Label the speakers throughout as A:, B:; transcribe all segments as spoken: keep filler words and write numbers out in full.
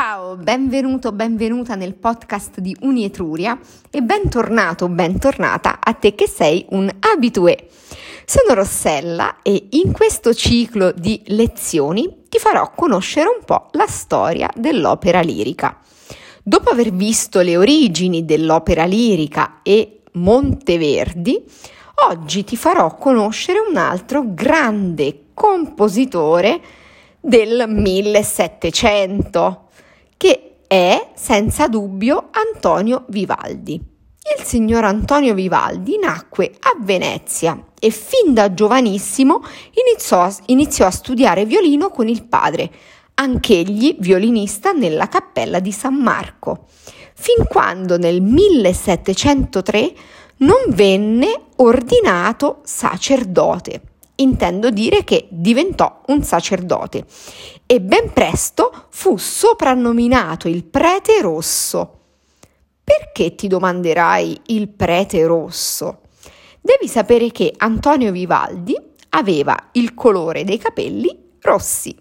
A: Ciao, benvenuto, benvenuta nel podcast di Unietruria e bentornato, bentornata a te che sei un habitué. Sono Rossella e in questo ciclo di lezioni ti farò conoscere un po' la storia dell'opera lirica. Dopo aver visto le origini dell'opera lirica e Monteverdi, oggi ti farò conoscere un altro grande compositore del millesettecento, che è senza dubbio Antonio Vivaldi. Il signor Antonio Vivaldi nacque a Venezia e fin da giovanissimo iniziò, iniziò a studiare violino con il padre, anch'egli violinista nella cappella di San Marco, fin quando nel millesettecentotre non venne ordinato sacerdote. Intendo dire che diventò un sacerdote e ben presto fu soprannominato il prete rosso. Perché, ti domanderai, il prete rosso? Devi sapere che Antonio Vivaldi aveva il colore dei capelli rossi.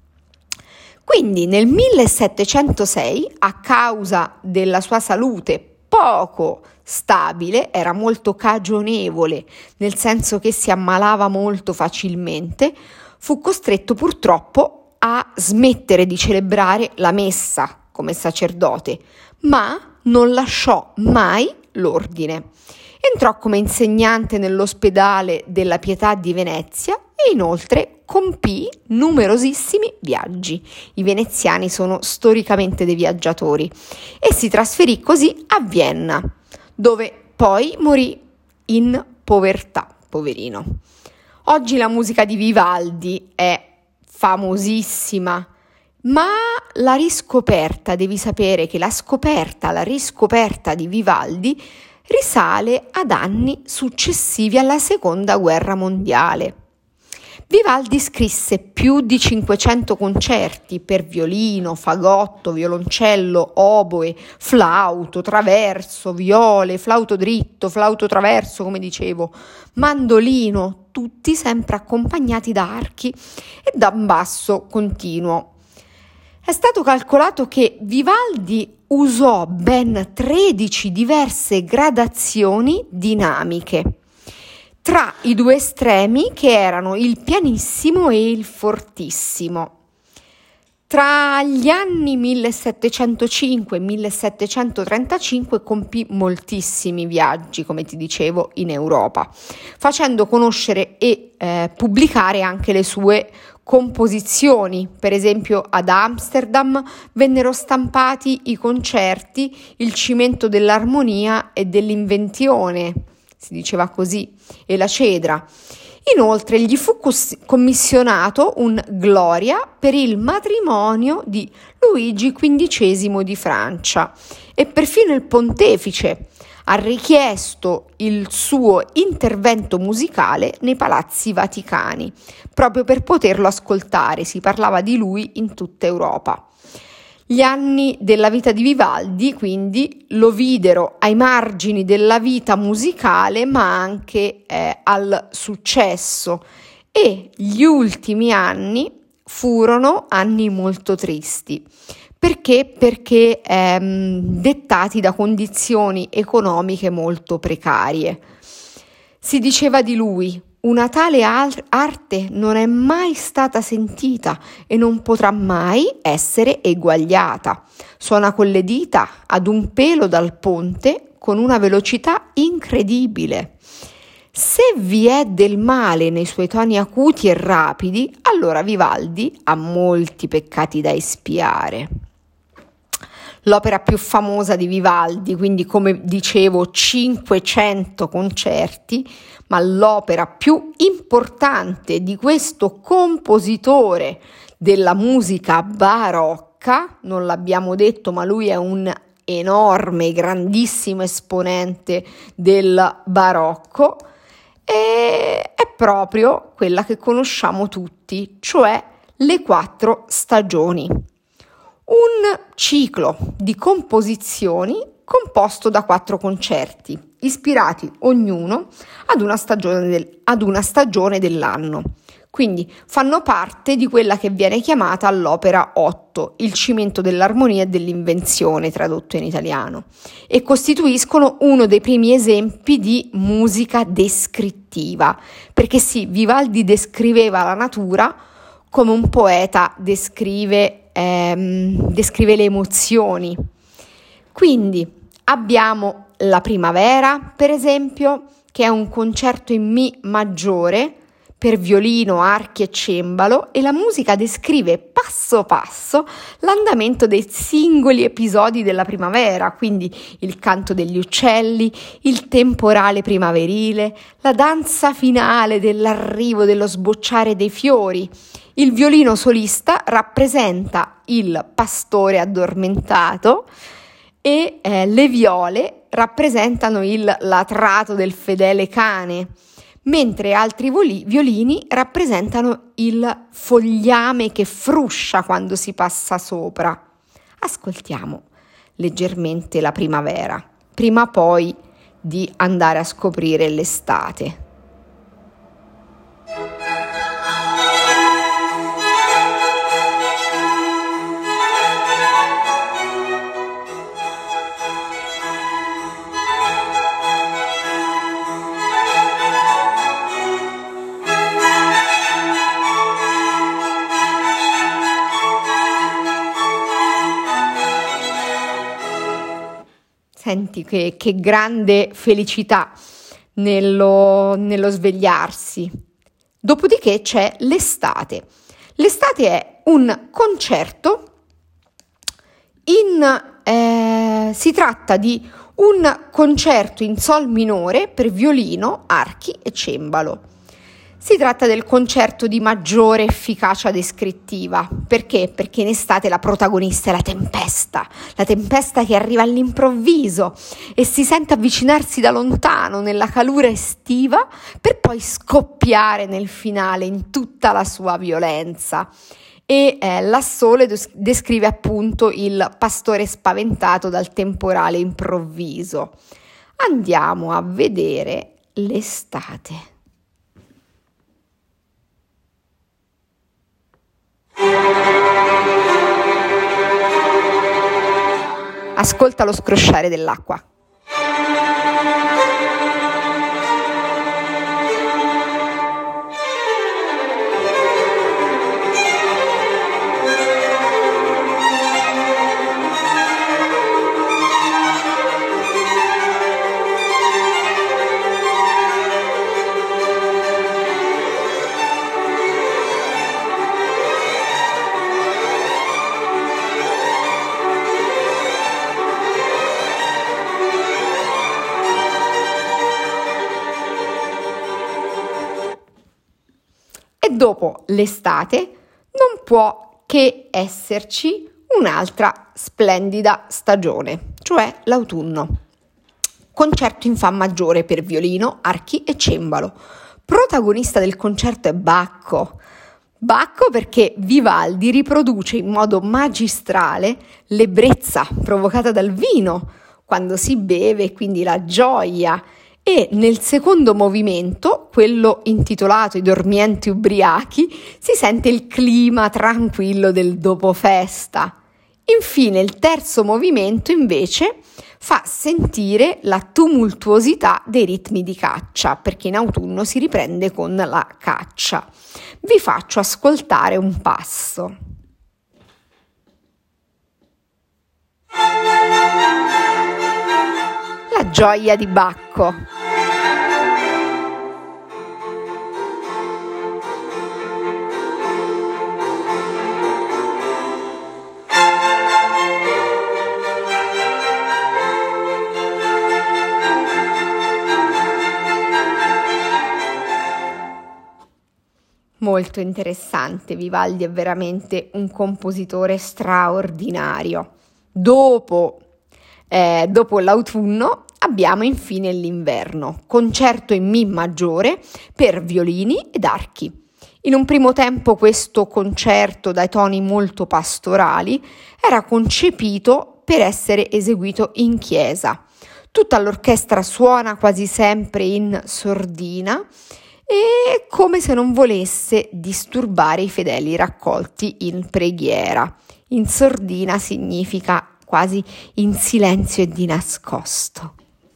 A: Quindi nel millesettecentosei, a causa della sua salute poco stabile, era molto cagionevole, nel senso che si ammalava molto facilmente, fu costretto purtroppo a smettere di celebrare la messa come sacerdote, ma non lasciò mai l'ordine. Entrò come insegnante nell'ospedale della Pietà di Venezia e inoltre compì numerosissimi viaggi. I veneziani sono storicamente dei viaggiatori e si trasferì così a Vienna, dove poi morì in povertà, poverino. Oggi la musica di Vivaldi è famosissima, ma la riscoperta, devi sapere che la scoperta, la riscoperta di Vivaldi risale ad anni successivi alla Seconda Guerra Mondiale. Vivaldi scrisse più di cinquecento concerti per violino, fagotto, violoncello, oboe, flauto, traverso, viole, flauto dritto, flauto traverso, come dicevo, mandolino, tutti sempre accompagnati da archi e da un basso continuo. È stato calcolato che Vivaldi usò ben tredici diverse gradazioni dinamiche tra i due estremi che erano il pianissimo e il fortissimo. Tra gli anni millesettecentocinque e millesettecentotrentacinque compì moltissimi viaggi, come ti dicevo, in Europa, facendo conoscere e eh, pubblicare anche le sue composizioni. Per esempio ad Amsterdam vennero stampati i concerti Il cimento dell'armonia e dell'invenzione, si diceva così, e la cedra. Inoltre gli fu commissionato un Gloria per il matrimonio di Luigi quindicesimo di Francia e perfino il pontefice ha richiesto il suo intervento musicale nei palazzi vaticani, proprio per poterlo ascoltare. Si parlava di lui in tutta Europa. Gli anni della vita di Vivaldi, quindi, lo videro ai margini della vita musicale, ma anche eh, al successo, e gli ultimi anni furono anni molto tristi. Perché? Perché ehm, dettati da condizioni economiche molto precarie. Si diceva di lui: una tale arte non è mai stata sentita e non potrà mai essere eguagliata. Suona con le dita ad un pelo dal ponte con una velocità incredibile. Se vi è del male nei suoi toni acuti e rapidi, allora Vivaldi ha molti peccati da espiare. L'opera più famosa di Vivaldi, quindi come dicevo cinquecento concerti, ma l'opera più importante di questo compositore della musica barocca, non l'abbiamo detto, ma lui è un enorme, grandissimo esponente del barocco, e è proprio quella che conosciamo tutti, cioè Le quattro stagioni. Un ciclo di composizioni composto da quattro concerti, ispirati ognuno ad una stagione, del, ad una stagione dell'anno. Quindi fanno parte di quella che viene chiamata l'opera otto, il cimento dell'armonia e dell'invenzione, tradotto in italiano, e costituiscono uno dei primi esempi di musica descrittiva, perché sì, Vivaldi descriveva la natura come un poeta descrive, ehm, descrive le emozioni. Quindi abbiamo la primavera, per esempio, che è un concerto in Mi maggiore, per violino, archi e cembalo, e la musica descrive passo passo l'andamento dei singoli episodi della primavera, quindi il canto degli uccelli, il temporale primaverile, la danza finale dell'arrivo, dello sbocciare dei fiori. Il violino solista rappresenta il pastore addormentato e eh, le viole rappresentano il latrato del fedele cane, mentre altri voli- violini rappresentano il fogliame che fruscia quando si passa sopra. Ascoltiamo leggermente la primavera, prima poi di andare a scoprire l'estate. Senti che, che grande felicità nello, nello svegliarsi. Dopodiché c'è l'estate. L'estate è un concerto, in, eh, si tratta di un concerto in sol minore per violino, archi e cembalo. Si tratta del concerto di maggiore efficacia descrittiva. Perché? Perché in estate la protagonista è la tempesta, la tempesta che arriva all'improvviso e si sente avvicinarsi da lontano nella calura estiva per poi scoppiare nel finale in tutta la sua violenza. E eh, l'Assole des- descrive appunto il pastore spaventato dal temporale improvviso. Andiamo a vedere l'estate. Ascolta lo scrosciare dell'acqua. E dopo l'estate non può che esserci un'altra splendida stagione, cioè l'autunno. Concerto in fa maggiore per violino, archi e cembalo. Protagonista del concerto è Bacco. Bacco perché Vivaldi riproduce in modo magistrale l'ebbrezza provocata dal vino quando si beve, quindi la gioia. E nel secondo movimento, quello intitolato I dormienti ubriachi, si sente il clima tranquillo del dopofesta. Infine il terzo movimento invece fa sentire la tumultuosità dei ritmi di caccia, perché in autunno si riprende con la caccia. Vi faccio ascoltare un passo. La gioia di Bacco. Molto interessante, Vivaldi è veramente un compositore straordinario. Dopo, eh, dopo l'autunno abbiamo infine l'inverno, concerto in Mi maggiore per violini ed archi. In un primo tempo questo concerto dai toni molto pastorali era concepito per essere eseguito in chiesa. Tutta l'orchestra suona quasi sempre in sordina e come se non volesse disturbare i fedeli raccolti in preghiera. In sordina significa quasi in silenzio e di nascosto.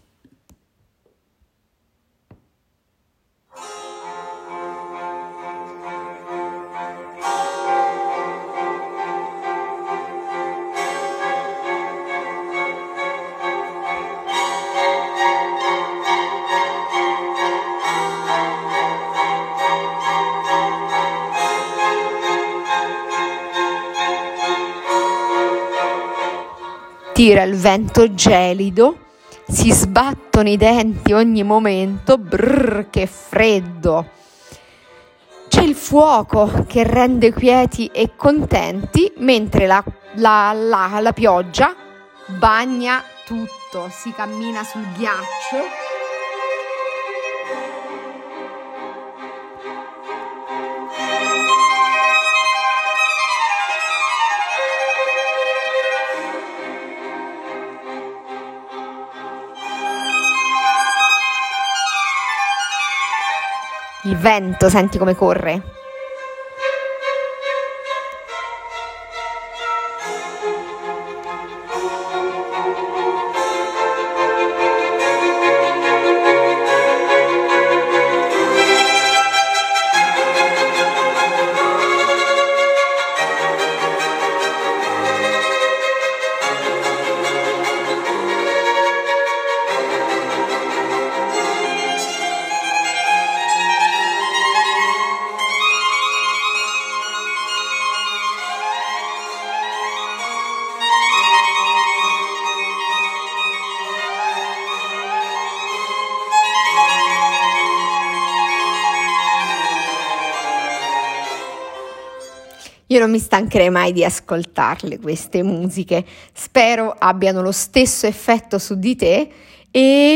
A: Tira il vento gelido, si sbattono i denti ogni momento, brrr, che freddo. C'è il fuoco che rende quieti e contenti, mentre la, la, la, la pioggia bagna tutto, si cammina sul ghiaccio. Il vento, senti come corre? Io non mi stancherei mai di ascoltarle queste musiche, spero abbiano lo stesso effetto su di te e